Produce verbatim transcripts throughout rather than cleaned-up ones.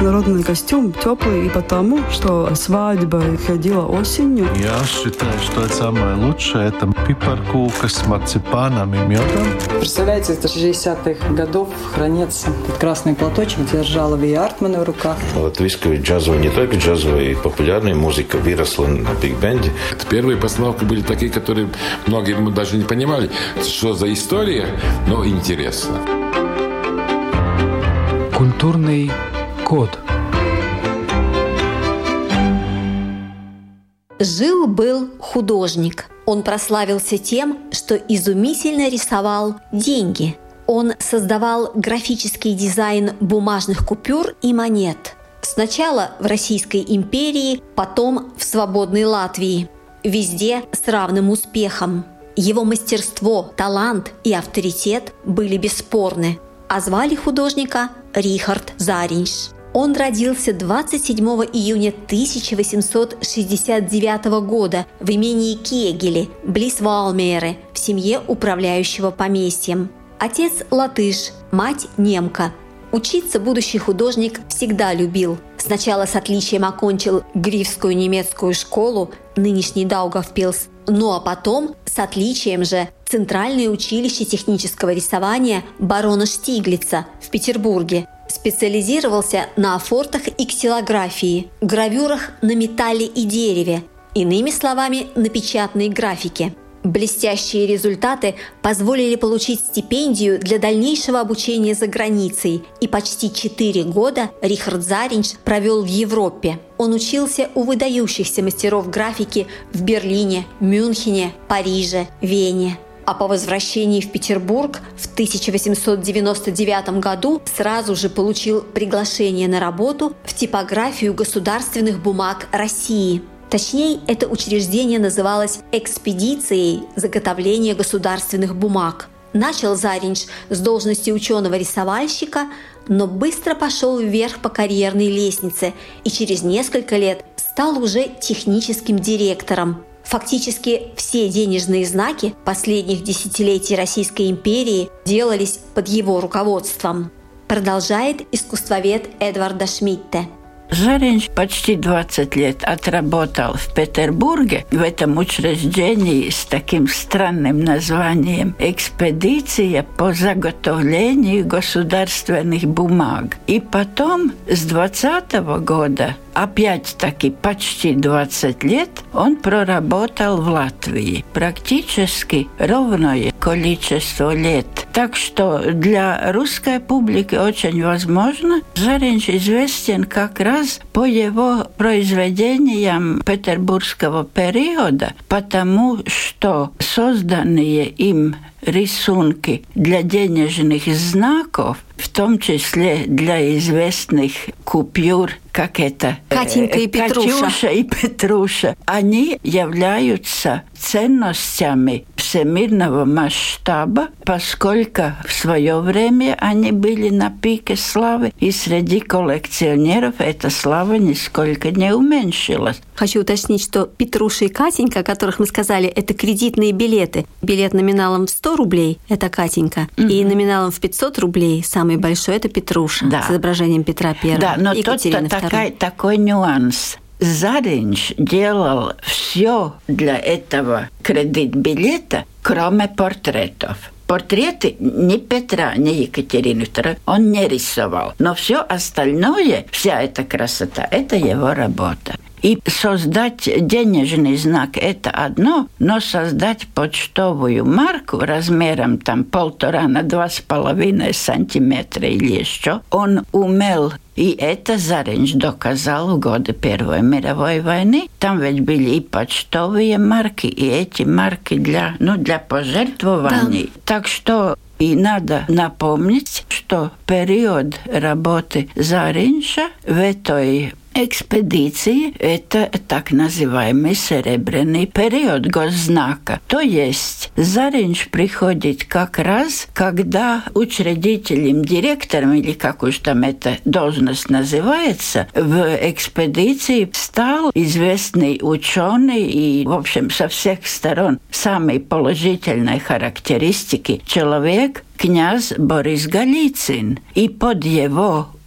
народный костюм теплый и потому, что свадьба ходила осенью. Я считаю, что это самое лучшее. Это пипаркука с марципаном и медом. Представляете, это шестидесятых годов хранится. Этот красный платочек держала Ви Артмана в руках. Латвийская джазовая, не только джазовая, и популярная музыка выросла на биг-бенде. Первые постановки были такие, которые многие даже не понимали, что за история, но интересно. Культурный код. Жил-был художник. Он прославился тем, что изумительно рисовал деньги. Он создавал графический дизайн бумажных купюр и монет. Сначала в Российской империи, потом в свободной Латвии. Везде с равным успехом. Его мастерство, талант и авторитет были бесспорны. А звали художника Рихард Зариньш. Он родился двадцать седьмого июня тысяча восемьсот шестьдесят девятого года в имении Кегели, близ Валмеры, в семье управляющего поместьем. Отец латыш, мать немка. Учиться будущий художник всегда любил. Сначала с отличием окончил Грифскую немецкую школу, нынешний Даугавпилс, ну а потом с отличием же Центральное училище технического рисования барона Штиглица в Петербурге. Специализировался на афортах и ксилографии, гравюрах на металле и дереве, иными словами, на печатной графике. Блестящие результаты позволили получить стипендию для дальнейшего обучения за границей, и почти четыре года Рихард Зариньш провел в Европе. Он учился у выдающихся мастеров графики в Берлине, Мюнхене, Париже, Вене. А по возвращении в Петербург в тысяча восемьсот девяносто девятом году сразу же получил приглашение на работу в типографию государственных бумаг России. Точнее, это учреждение называлось «Экспедицией заготовления государственных бумаг». Начал Зариньш с должности ученого-рисовальщика, но быстро пошел вверх по карьерной лестнице и через несколько лет стал уже техническим директором. Фактически все денежные знаки последних десятилетий Российской империи делались под его руководством. Продолжает искусствовед Эдварда Шмидте. Зариньш почти двадцать лет отработал в Петербурге в этом учреждении с таким странным названием «Экспедиция по заготовлению государственных бумаг». И потом с двадцатого года, опять-таки почти двадцать лет, он проработал в Латвии. Практически ровное количество лет. Так что для русской публики очень возможно, Зариньш известен как раз по его произведениям петербургского периода, потому что созданные им рисунки для денежных знаков, в том числе для известных купюр, как это Катенька и Петруша. Катюша и Петруша, они являются ценностями всемирного масштаба, поскольку в свое время они были на пике славы, и среди коллекционеров эта слава нисколько не уменьшилась. Хочу уточнить, что Петруша и Катенька, о которых мы сказали, это кредитные билеты. Билет номиналом в сто рублей – это Катенька, угу. И номиналом в пятьсот рублей самый большой – это Петруша, да. С изображением Петра Первого. Да, но и Екатерины тут такой, такой нюанс. Зариньш делал все для этого кредит-билета, кроме портретов. Портреты ни Петра, ни Екатерины Второй он не рисовал. Но все остальное, вся эта красота, это его работа. И создать денежный знак – это одно, но создать почтовую марку размером там полтора на два с половиной сантиметра или еще, он умел. И это Зариньш доказал в годы Первой мировой войны. Там ведь были и почтовые марки, и эти марки для, ну, для пожертвований. Да. Так что и надо напомнить, что период работы Зариньша в этой экспедиции – это так называемый серебряный период госзнака. То есть Зариньш приходит как раз, когда учредителем, директором, или как уж там эта должность называется, в экспедиции стал известный ученый и, в общем, со всех сторон самой положительной характеристики человек, князь Борис Голицын. И под его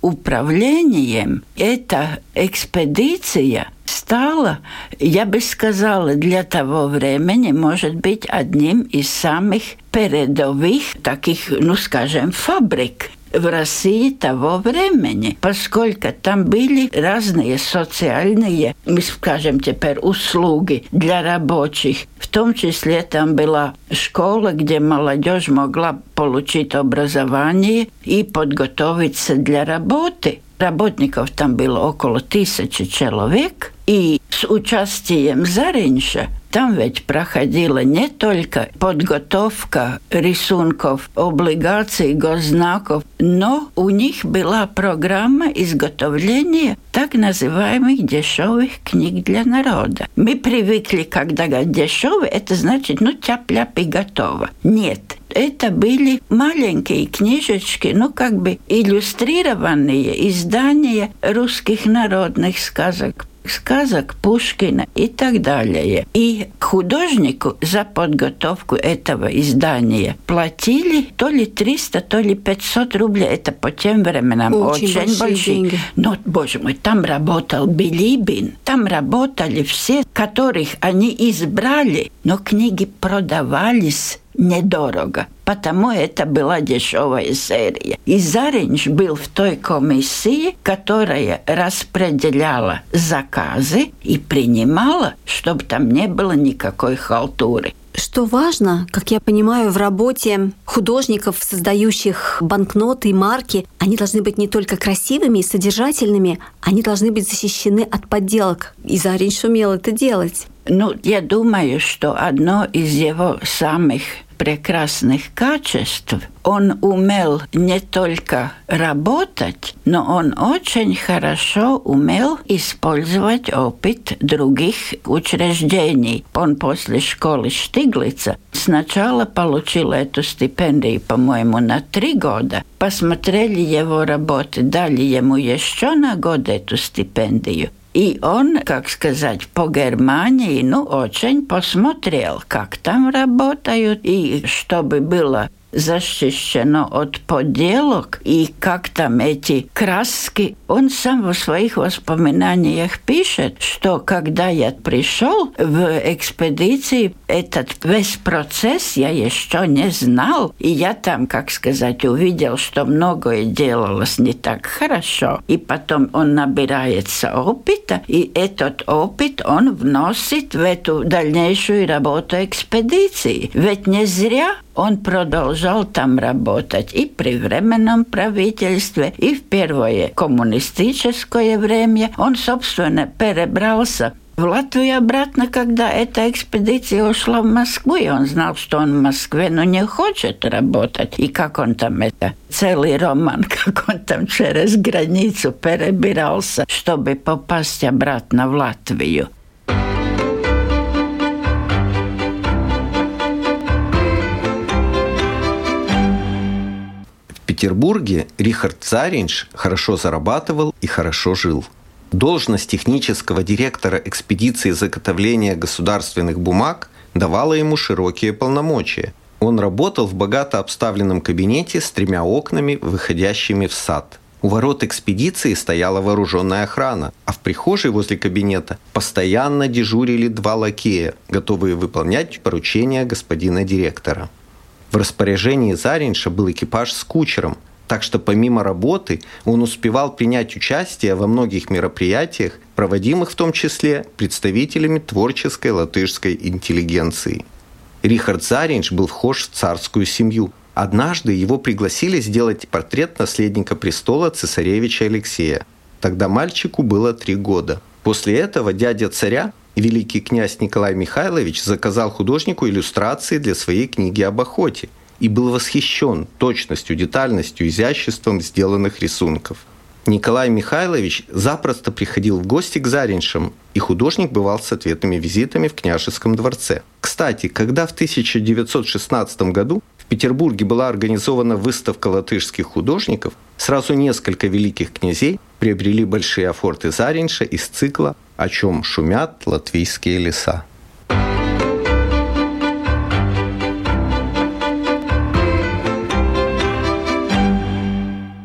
управлением эта экспедиция стала, я бы сказала, для того времени, может быть, одним из самых передовых таких, ну, скажем, фабрик в России того времени, поскольку там были разные социальные, мы скажем теперь, услуги для рабочих. В том числе там была школа, где молодежь могла получить образование и подготовиться для работы. Работников там было около тысячи человек, и с участием Зариньша там ведь проходила не только подготовка рисунков, облигаций, госзнаков, но у них была программа изготовления так называемых дешевых книг для народа. Мы привыкли, когда говорят дешевые, это значит, ну, тяп-ляп и готово. Нет. Это были маленькие книжечки, ну, как бы иллюстрированные издания русских народных сказок, сказок Пушкина и так далее. И художнику за подготовку этого издания платили то ли триста, то ли пятьсот рублей. Это по тем временам очень, очень большие, большие деньги. Но, боже мой, там работал Билибин, там работали все, которых они избрали, но книги продавались недорого, потому это была дешевая серия. И Зариньш был в той комиссии, которая распределяла заказы и принимала, чтобы там не было никакой халтуры. Что важно, как я понимаю, в работе художников, создающих банкноты и марки, они должны быть не только красивыми и содержательными, они должны быть защищены от подделок. И Зариньш умел это делать. Ну, я думаю, что одно из его самых прекрасных качеств, он умел не только работать, но он очень хорошо умел использовать опыт других учреждений. Он после школы Штиглица сначала получил эту стипендию, по-моему, на три года. Посмотрели его работы, дали ему еще на год эту стипендию. И он, как сказать, по Германии, ну, очень посмотрел, как там работают, и чтобы было защищено от подделок, и как там эти краски. Он сам в своих воспоминаниях пишет, что когда я пришел в экспедиции, этот весь процесс я еще не знал, и я там, как сказать, увидел, что многое делалось не так хорошо, и потом он набирается опыта, и этот опыт он вносит в эту дальнейшую работу экспедиции. Ведь не зря он продолжал там работать и при Временном правительстве, и в первое коммунистическое время. Он, собственно, перебрался в Латвию обратно, когда эта экспедиция ушла в Москву, и он знал, что он в Москве, но не хочет работать. И как он там это, целый роман, как он там через границу перебирался, чтобы попасть обратно в Латвию. В Петербурге Рихард Зариньш хорошо зарабатывал и хорошо жил. Должность технического директора экспедиции заготовления государственных бумаг давала ему широкие полномочия. Он работал в богато обставленном кабинете с тремя окнами, выходящими в сад. У ворот экспедиции стояла вооруженная охрана, а в прихожей возле кабинета постоянно дежурили два лакея, готовые выполнять поручения господина директора. В распоряжении Зариньша был экипаж с кучером, так что помимо работы он успевал принять участие во многих мероприятиях, проводимых в том числе представителями творческой латышской интеллигенции. Рихард Зариньш был вхож в царскую семью. Однажды его пригласили сделать портрет наследника престола цесаревича Алексея. Тогда мальчику было три года. После этого дядя царя, великий князь Николай Михайлович, заказал художнику иллюстрации для своей книги об охоте и был восхищен точностью, детальностью, изяществом сделанных рисунков. Николай Михайлович запросто приходил в гости к Зариньшам, и художник бывал с ответными визитами в княжеском дворце. Кстати, когда в тысяча девятьсот шестнадцатом году в Петербурге была организована выставка латышских художников, сразу несколько великих князей приобрели большие афорты Зариньша из цикла «О чем шумят латвийские леса». В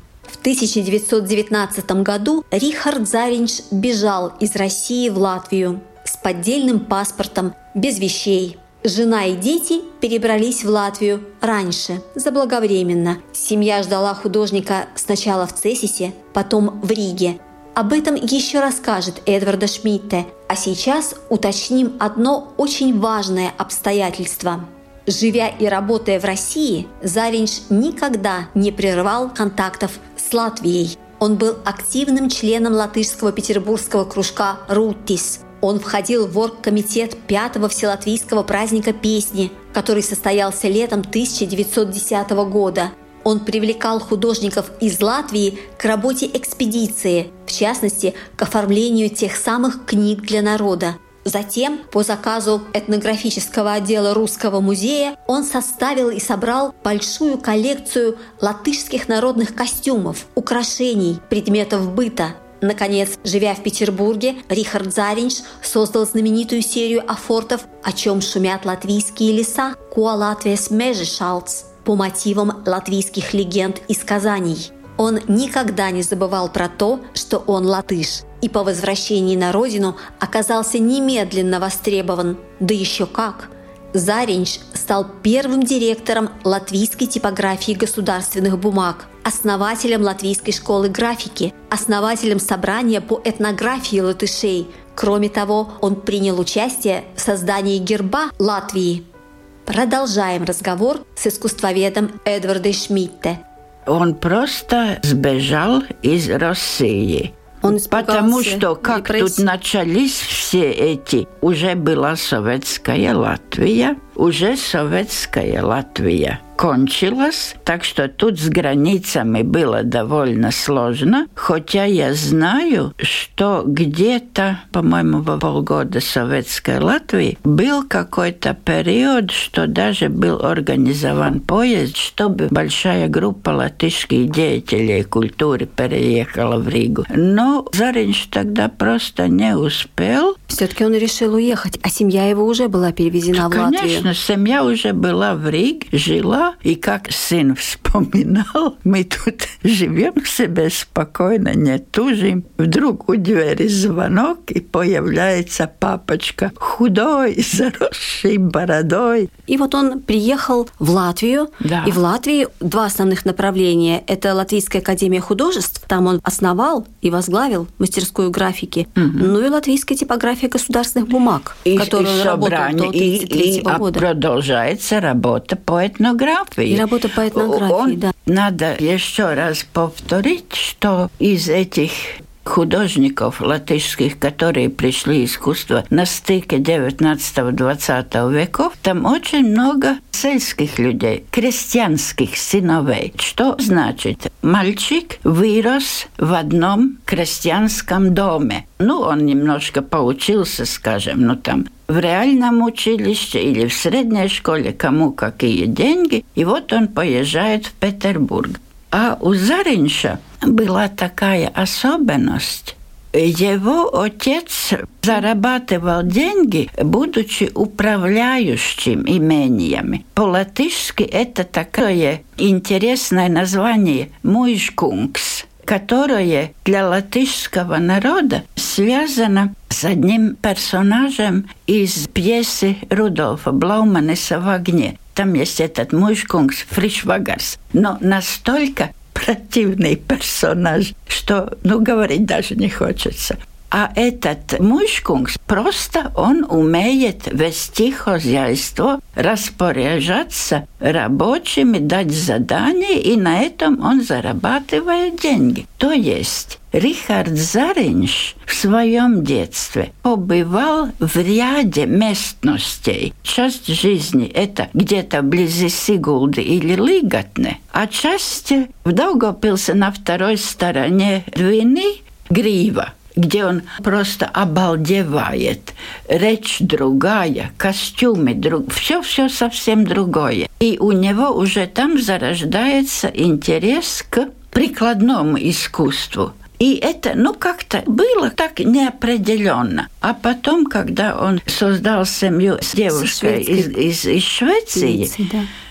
тысяча девятьсот девятнадцатом году Рихард Заринч бежал из России в Латвию с поддельным паспортом, без вещей. Жена и дети перебрались в Латвию раньше, заблаговременно. Семья ждала художника сначала в Цесисе, потом в Риге. Об этом еще расскажет Эдварда Шмидте, а сейчас уточним одно очень важное обстоятельство. Живя и работая в России, Заринч никогда не прерывал контактов с Латвией. Он был активным членом латышского петербургского кружка «Рутис». Он входил в оргкомитет пятого Вселатвийского праздника песни, который состоялся летом тысяча девятьсот десятого года. Он привлекал художников из Латвии к работе экспедиции, в частности, к оформлению тех самых книг для народа. Затем, по заказу этнографического отдела Русского музея, он составил и собрал большую коллекцию латышских народных костюмов, украшений, предметов быта. Наконец, живя в Петербурге, Рихард Заринч создал знаменитую серию афортов «О чем шумят латвийские леса» «Ко Латвijas meži šalts» по мотивам латвийских легенд и сказаний. Он никогда не забывал про то, что он латыш, и по возвращении на родину оказался немедленно востребован. Да еще как! Заринч стал первым директором латвийской типографии государственных бумаг, основателем латвийской школы графики, основателем собрания по этнографии латышей. Кроме того, он принял участие в создании герба Латвии. Продолжаем разговор с искусствоведом Эдвардом Шмидте. Он просто сбежал из России. Он Потому что, как репрессий. тут начались все эти, уже была советская Латвия, уже советская Латвия кончилась, так что тут с границами было довольно сложно, хотя я знаю, что где-то, по-моему, во полгода советской Латвии был какой-то период, что даже был организован поезд, чтобы большая группа латышских деятелей культуры переехала в Ригу. Но Заринч тогда просто не успел. Все-таки он решил уехать, а семья его уже была перевезена в Латвию. Конечно, семья уже была в Риге, жила, и как сын вспоминал, мы тут живем себе спокойно, не тужим. Вдруг у двери звонок, и появляется папочка, худой, заросший бородой. И вот он приехал в Латвию, Да. и в Латвии два основных направления. Это Латвийская академия художеств, там он основал и возглавил мастерскую графики, Угу. ну и Латвийская типография государственных бумаг, в И, которой и он работал собрание, до тысяча девятьсот тридцать третьего и, и, года. А продолжается работа по этнографии. И работа по этнографии, Он, да. Надо еще раз повторить, что из этих художников латышских, которые пришли в искусство на стыке девятнадцатого-двадцатого веков, там очень много сельских людей, крестьянских сыновей. Что значит? Мальчик вырос в одном крестьянском доме. Ну, он немножко поучился, скажем, ну там в реальном училище или в средней школе, кому какие деньги. И вот он поезжает в Петербург. А у Заринча была такая особенность. Его отец зарабатывал деньги, будучи управляющим имениями. По-латышски это такое интересное название «муйшкунгс», которое для латышского народа связано с одним персонажем из пьесы Рудольфа Блауманеса «В огне». Там есть этот муйшкунгс Фришвагарс, но настолько противный персонаж, что, ну, говорить даже не хочется. А этот муйшкунгс просто он умеет вести хозяйство, распоряжаться рабочими, дать задания, и на этом он зарабатывает деньги. То есть Рихард Заринч в своем детстве побывал в ряде местностей. Часть жизни – это где-то вблизи Сигулды или Лигатне, а часть в Даугавпилсе на второй стороне Двины Грива, где он просто обалдевает. Речь другая, костюмы друг, все-все совсем другое. И у него уже там зарождается интерес к прикладному искусству. И это, ну, как-то было так неопределенно. А потом, когда он создал семью с девушкой из, из, из Швеции, Швеции, да.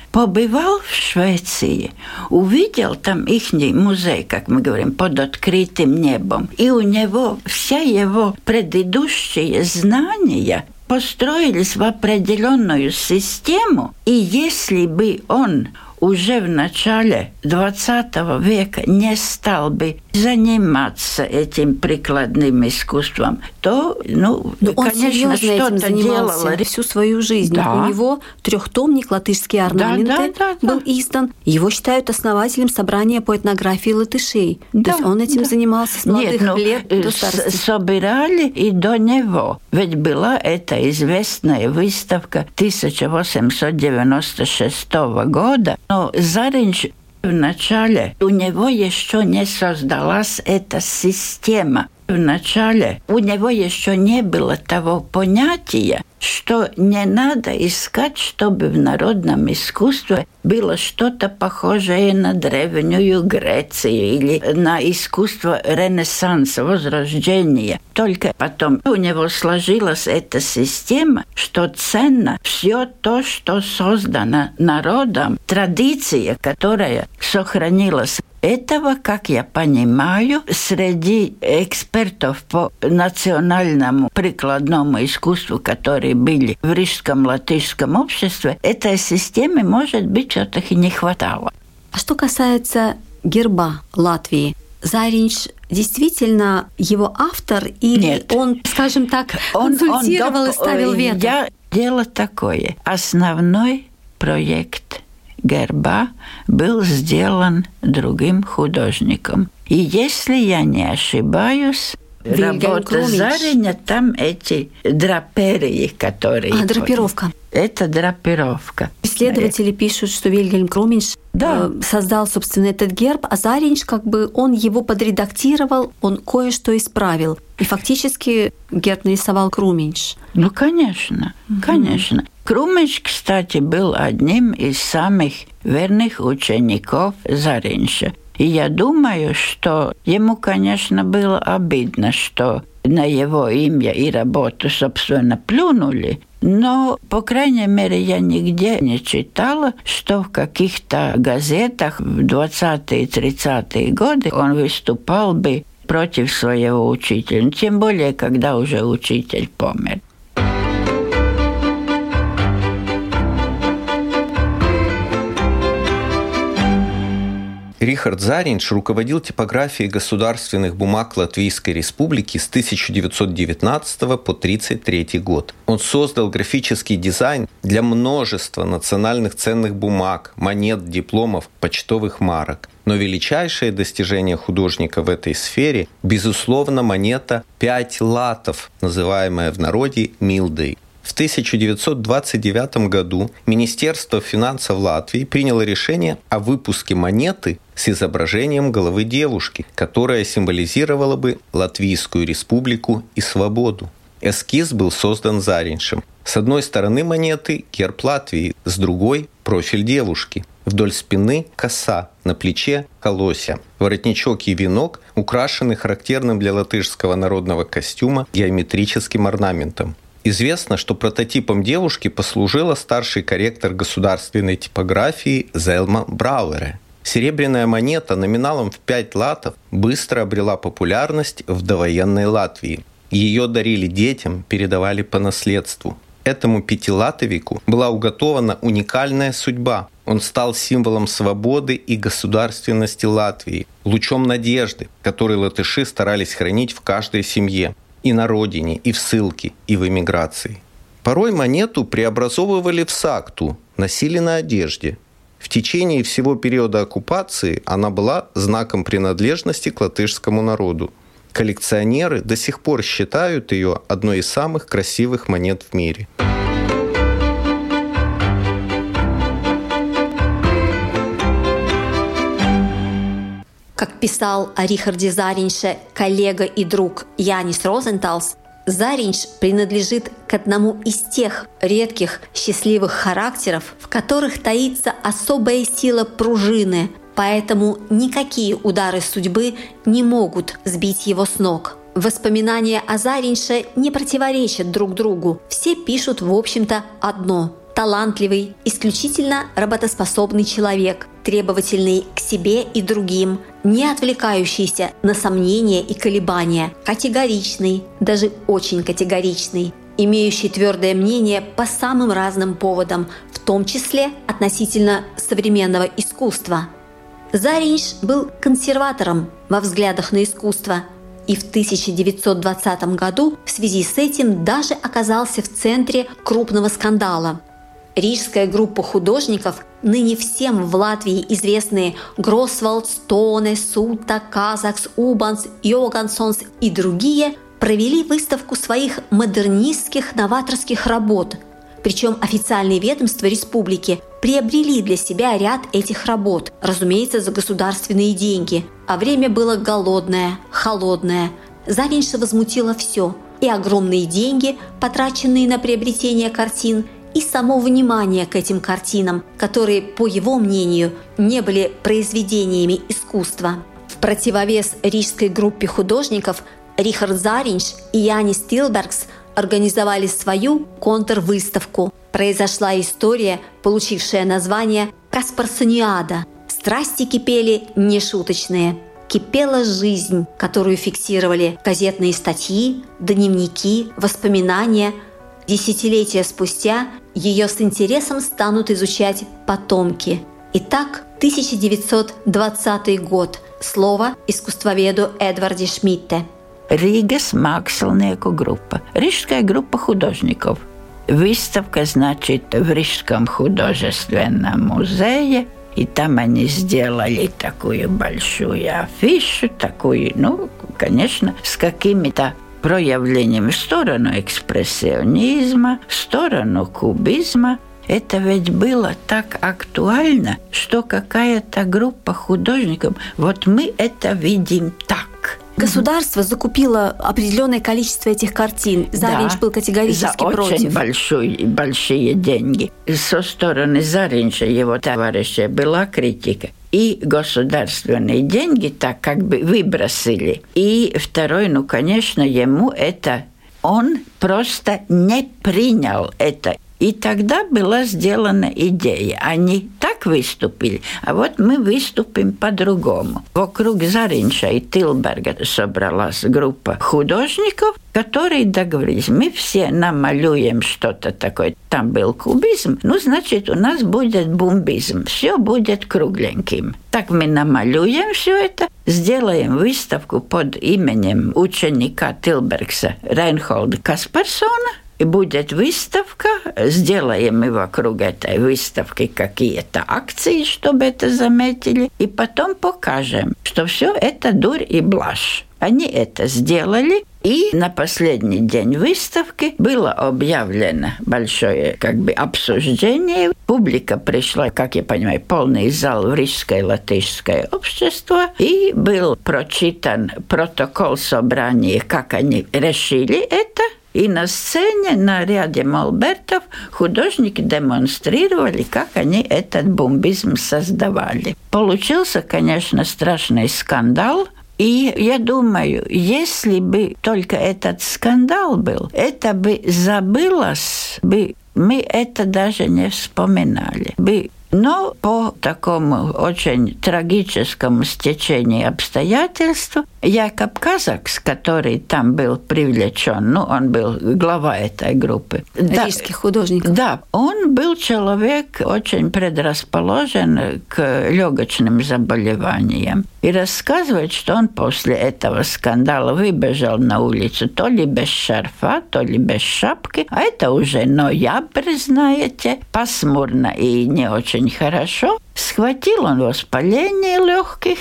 побывал в Швеции, увидел там их музей, как мы говорим, под открытым небом, и у него вся его предыдущие знания построились в определенную систему, и если бы он уже в начале двадцатого века не стал бы заниматься этим прикладным искусством, то, ну, Но конечно, он что-то этим занимался делало всю свою жизнь. Да. У него трехтомник «Латышские орнаменты» да, да, да, был да. издан. Его считают основателем собрания по этнографии латышей. Да, То есть он этим да. занимался с молодых Нет, ну, лет до старости. Собирали и до него. Ведь была эта известная выставка тысяча восемьсот девяносто шестого года, но Зариņš в начале у него еще не создалась эта система. В начале у него еще не было того понятия, что не надо искать, чтобы в народном искусстве было что-то похожее на древнюю Грецию или на искусство Ренессанса, Возрождения. Только потом у него сложилась эта система, что ценно все то, что создано народом, традиция, которая сохранилась. Этого, как я понимаю, среди экспертов по национальному прикладному искусству, которые были в Рижском латышском обществе, этой системы, может быть, все-таки не хватало. А что касается герба Латвии, Зариņš действительно его автор или Нет. он, скажем так, Он, консультировал он, и ставил вето? Я, дело такое. Основной проект герба был сделан другим художником. И если я не ошибаюсь, Вильгельм работа Круминч. Зариņa, там эти драперии, которые... А, драпировка. Это драпировка. Исследователи пишут, что Вильгельм Круминч Да. э, создал, собственно, этот герб, а Зариņš, как бы, он его подредактировал, он кое-что исправил. И фактически герб нарисовал Круминч. Ну, конечно, угу. конечно. Круминч, кстати, был одним из самых верных учеников Зариņša. И я думаю, что ему, конечно, было обидно, что на его имя и работу, собственно, плюнули. Но, по крайней мере, я нигде не читала, что в каких-то газетах в двадцатые-тридцатые годы он выступал бы против своего учителя. Тем более, когда уже учитель помер. Рихард Зариņš руководил типографией государственных бумаг Латвийской Республики с тысяча девятьсот девятнадцатого по тридцать третий год. Он создал графический дизайн для множества национальных ценных бумаг, монет, дипломов, почтовых марок. Но величайшее достижение художника в этой сфере, безусловно, монета «пять латов», называемая в народе «милдой». В тысяча девятьсот двадцать девятом году Министерство финансов Латвии приняло решение о выпуске монеты с изображением головы девушки, которая символизировала бы Латвийскую республику и свободу. Эскиз был создан Зариņšем. С одной стороны монеты герб Латвии, с другой – профиль девушки. Вдоль спины – коса, на плече – колосья. Воротничок и венок украшены характерным для латышского народного костюма геометрическим орнаментом. Известно, что прототипом девушки послужила старший корректор государственной типографии Зелма Брауере. Серебряная монета номиналом в пять латов быстро обрела популярность в довоенной Латвии. Ее дарили детям, передавали по наследству. Этому пятилатовику была уготована уникальная судьба. Он стал символом свободы и государственности Латвии, лучом надежды, который латыши старались хранить в каждой семье. И на родине, и в ссылке, и в эмиграции. Порой монету преобразовывали в сакту, носили на одежде. В течение всего периода оккупации она была знаком принадлежности к латышскому народу. Коллекционеры до сих пор считают ее одной из самых красивых монет в мире. Как писал о Рихарде Зариņше коллега и друг Янис Розенталс, Зариņš принадлежит к одному из тех редких счастливых характеров, в которых таится особая сила пружины, поэтому никакие удары судьбы не могут сбить его с ног. Воспоминания о Зариņше не противоречат друг другу, все пишут, в общем-то, одно – талантливый, исключительно работоспособный человек, требовательный к себе и другим, не отвлекающийся на сомнения и колебания, категоричный, даже очень категоричный, имеющий твердое мнение по самым разным поводам, в том числе относительно современного искусства. Заринч был консерватором во взглядах на искусство и в тысяча девятьсот двадцатом году в связи с этим даже оказался в центре крупного скандала. Рижская группа художников, ныне всем в Латвии известные Гросвальд, Стоне, Сута, Казакс, Убанс, Йогансонс и другие, провели выставку своих модернистских новаторских работ. Причем официальные ведомства республики приобрели для себя ряд этих работ, разумеется, за государственные деньги. А время было голодное, холодное. Заринча возмутило все – и огромные деньги, потраченные на приобретение картин, и само внимание к этим картинам, которые, по его мнению, не были произведениями искусства. В противовес рижской группе художников Рихард Заринч и Янис Тилбергс организовали свою контрвыставку. Произошла история, получившая название «Каспарсониада». Страсти кипели нешуточные. Кипела жизнь, которую фиксировали газетные статьи, дневники, воспоминания. Десятилетия спустя ее с интересом станут изучать потомки. Итак, тысяча девятьсот двадцатый год. Слово искусствоведу Эдварде Шмидте. Риgas mākslinieku группа. Рижская группа художников. Выставка, значит, в Рижском художественном музее. И там они сделали такую большую афишу, такую, ну, конечно, с какими-то проявлениями в сторону экспрессионизма, в сторону кубизма. Это ведь было так актуально, что какая-то группа художников, вот мы это видим так. Государство закупило определенное количество этих картин. Заринч да, был категорически за против. Очень большой, большие деньги. Со стороны Заринча, его товарища, была критика. И государственные деньги так как бы выбросили. И второй, ну, конечно, ему это... Он просто не принял это. И тогда была сделана идея. Они так выступили, а вот мы выступим по-другому. Вокруг Заринча и Тилберга собралась группа художников, которые договорились, мы все намалюем что-то такое. Там был кубизм, ну, значит, у нас будет бумбизм. Все будет кругленьким. Так мы намалюем все это, сделаем выставку под именем ученика Тилбергса Рейнхолда Каспарсона. И будет выставка, сделаем мы вокруг этой выставки какие-то акции, чтобы это заметили, и потом покажем, что все это дурь и блажь. Они это сделали, и на последний день выставки было объявлено большое как бы обсуждение. Публика пришла, как я понимаю, полный зал в Рижское латышское общество, и был прочитан протокол собрания, как они решили это. И на сцене, на ряде мольбертов, художники демонстрировали, как они этот бомбизм создавали. Получился, конечно, страшный скандал. И я думаю, если бы только этот скандал был, это бы забылось, бы мы это даже не вспоминали бы. Но по такому очень трагическому стечению обстоятельств Якоб Казакс, который там был привлечен, ну, он был глава этой группы. Рижских да, художников. Да, он был человек очень предрасположен к легочным заболеваниям. И рассказывает, что он после этого скандала выбежал на улицу то ли без шарфа, то ли без шапки. А это уже ноябрь, знаете, пасмурно и не очень хорошо. Схватил он воспаление легких,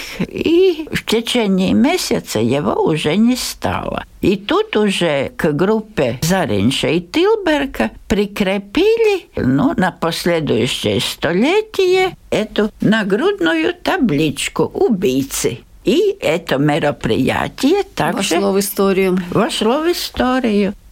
и в течение месяца его уже не стало. И тут уже к группе Заринча и Тилберга прикрепили, ну, на последующее столетие эту нагрудную табличку «Убийцы». И это мероприятие также вошло в историю. Вошло в историю.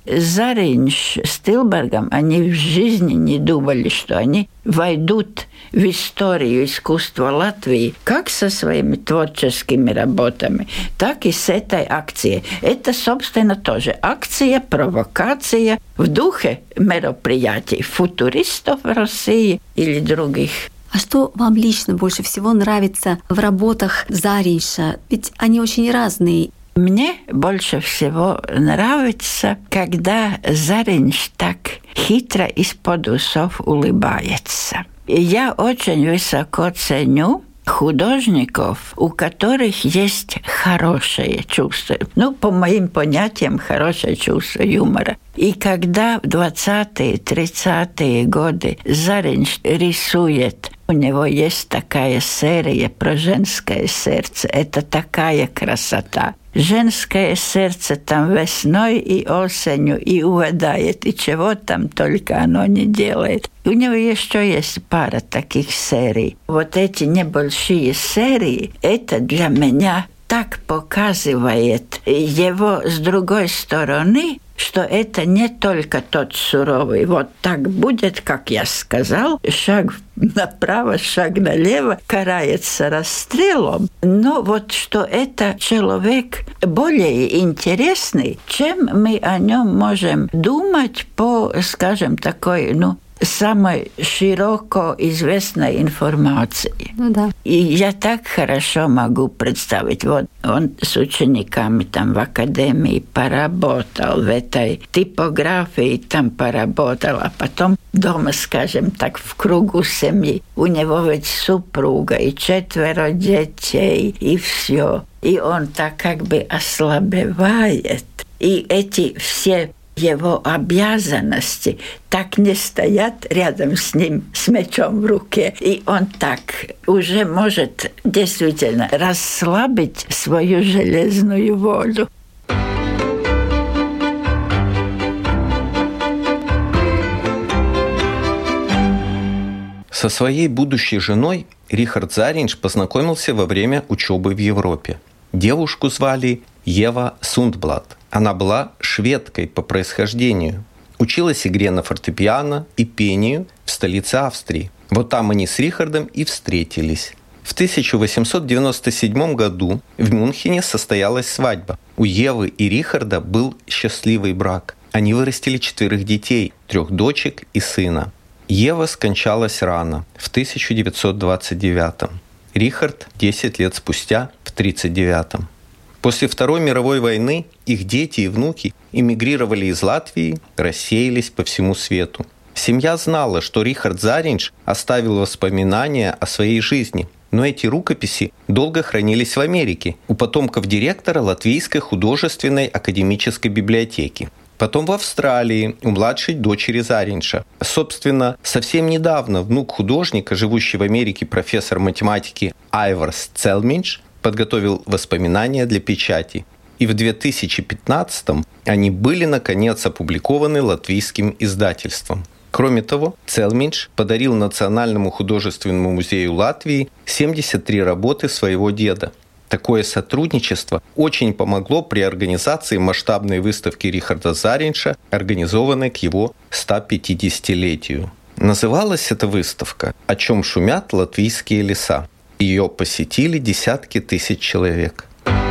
Заринч с Тилбергом, они в жизни не думали, что они войдут в историю искусства Латвии как со своими творческими работами, так и с этой акцией. Это, собственно, тоже акция, провокация в духе мероприятий футуристов в России или других. А что вам лично больше всего нравится в работах Заринча? Ведь они очень разные. Мне больше всего нравится, когда Заринч так хитро из-под усов улыбается. И я очень высоко ценю художников, у которых есть хорошее чувство. Ну, по моим понятиям, хорошее чувство юмора. И когда в двадцатые, тридцатые годы Заринч рисует, у него есть такая серия про женское сердце. Это такая красота. Женское сердце там весной и осенью и увядает, и чего там только оно не делает. У него еще есть пара таких серий. Вот эти небольшие серии, это для меня так показывает его с другой стороны, что это не только тот суровый, вот так будет, как я сказал, шаг направо, шаг налево, карается расстрелом, но вот что это человек более интересный, чем мы о нем можем думать по, скажем, такой, ну, самой широко известной информации. Ну да. И я так хорошо могу представить, вот он с учениками там в академии поработал, в этой типографии там поработал, а потом дома, скажем так, в кругу семьи. У него ведь супруга и четверо детей, и все. И он так как бы ослабевает. И эти все его обязанности так не стоят рядом с ним с мечом в руке. И он так уже может действительно расслабить свою железную волю. Со своей будущей женой Рихард Заринч познакомился во время учебы в Европе. Девушку звали Ева Сундблад. Она была шведкой по происхождению. Училась игре на фортепиано и пению в столице Австрии. Вот там они с Рихардом и встретились. В тысяча восемьсот девяносто седьмом году в Мюнхене состоялась свадьба. У Евы и Рихарда был счастливый брак. Они вырастили четверых детей, трех дочек и сына. Ева скончалась рано, в тысяча девятьсот двадцать девятом. Рихард десять лет спустя, в тридцать девятом. После Второй мировой войны их дети и внуки эмигрировали из Латвии, рассеялись по всему свету. Семья знала, что Рихард Заринч оставил воспоминания о своей жизни, но эти рукописи долго хранились в Америке у потомков директора Латвийской художественной академической библиотеки. Потом в Австралии у младшей дочери Заринча. Собственно, совсем недавно внук художника, живущий в Америке профессор математики Айварс Целминч, подготовил воспоминания для печати. И в две тысячи пятнадцатом они были, наконец, опубликованы латвийским издательством. Кроме того, Целминч подарил Национальному художественному музею Латвии семьдесят три работы своего деда. Такое сотрудничество очень помогло при организации масштабной выставки Рихарда Заринча, организованной к его стопятидесятилетию. Называлась эта выставка «О чем шумят латвийские леса». Ее посетили десятки тысяч человек.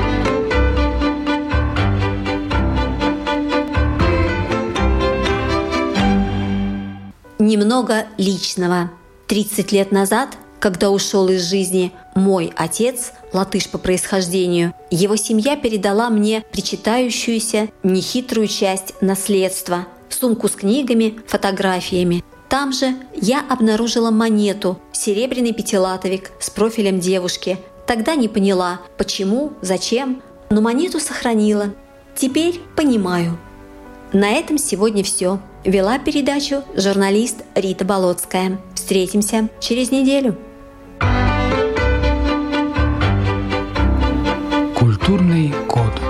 Немного личного. тридцать лет назад, когда ушел из жизни мой отец, латыш по происхождению, его семья передала мне причитающуюся нехитрую часть наследства – сумку с книгами, фотографиями. Там же я обнаружила монету, серебряный пятилатовик с профилем девушки. Тогда не поняла, почему, зачем, но монету сохранила. Теперь понимаю. На этом сегодня все. Вела передачу журналист Рита Болотская. Встретимся через неделю. Культурный код.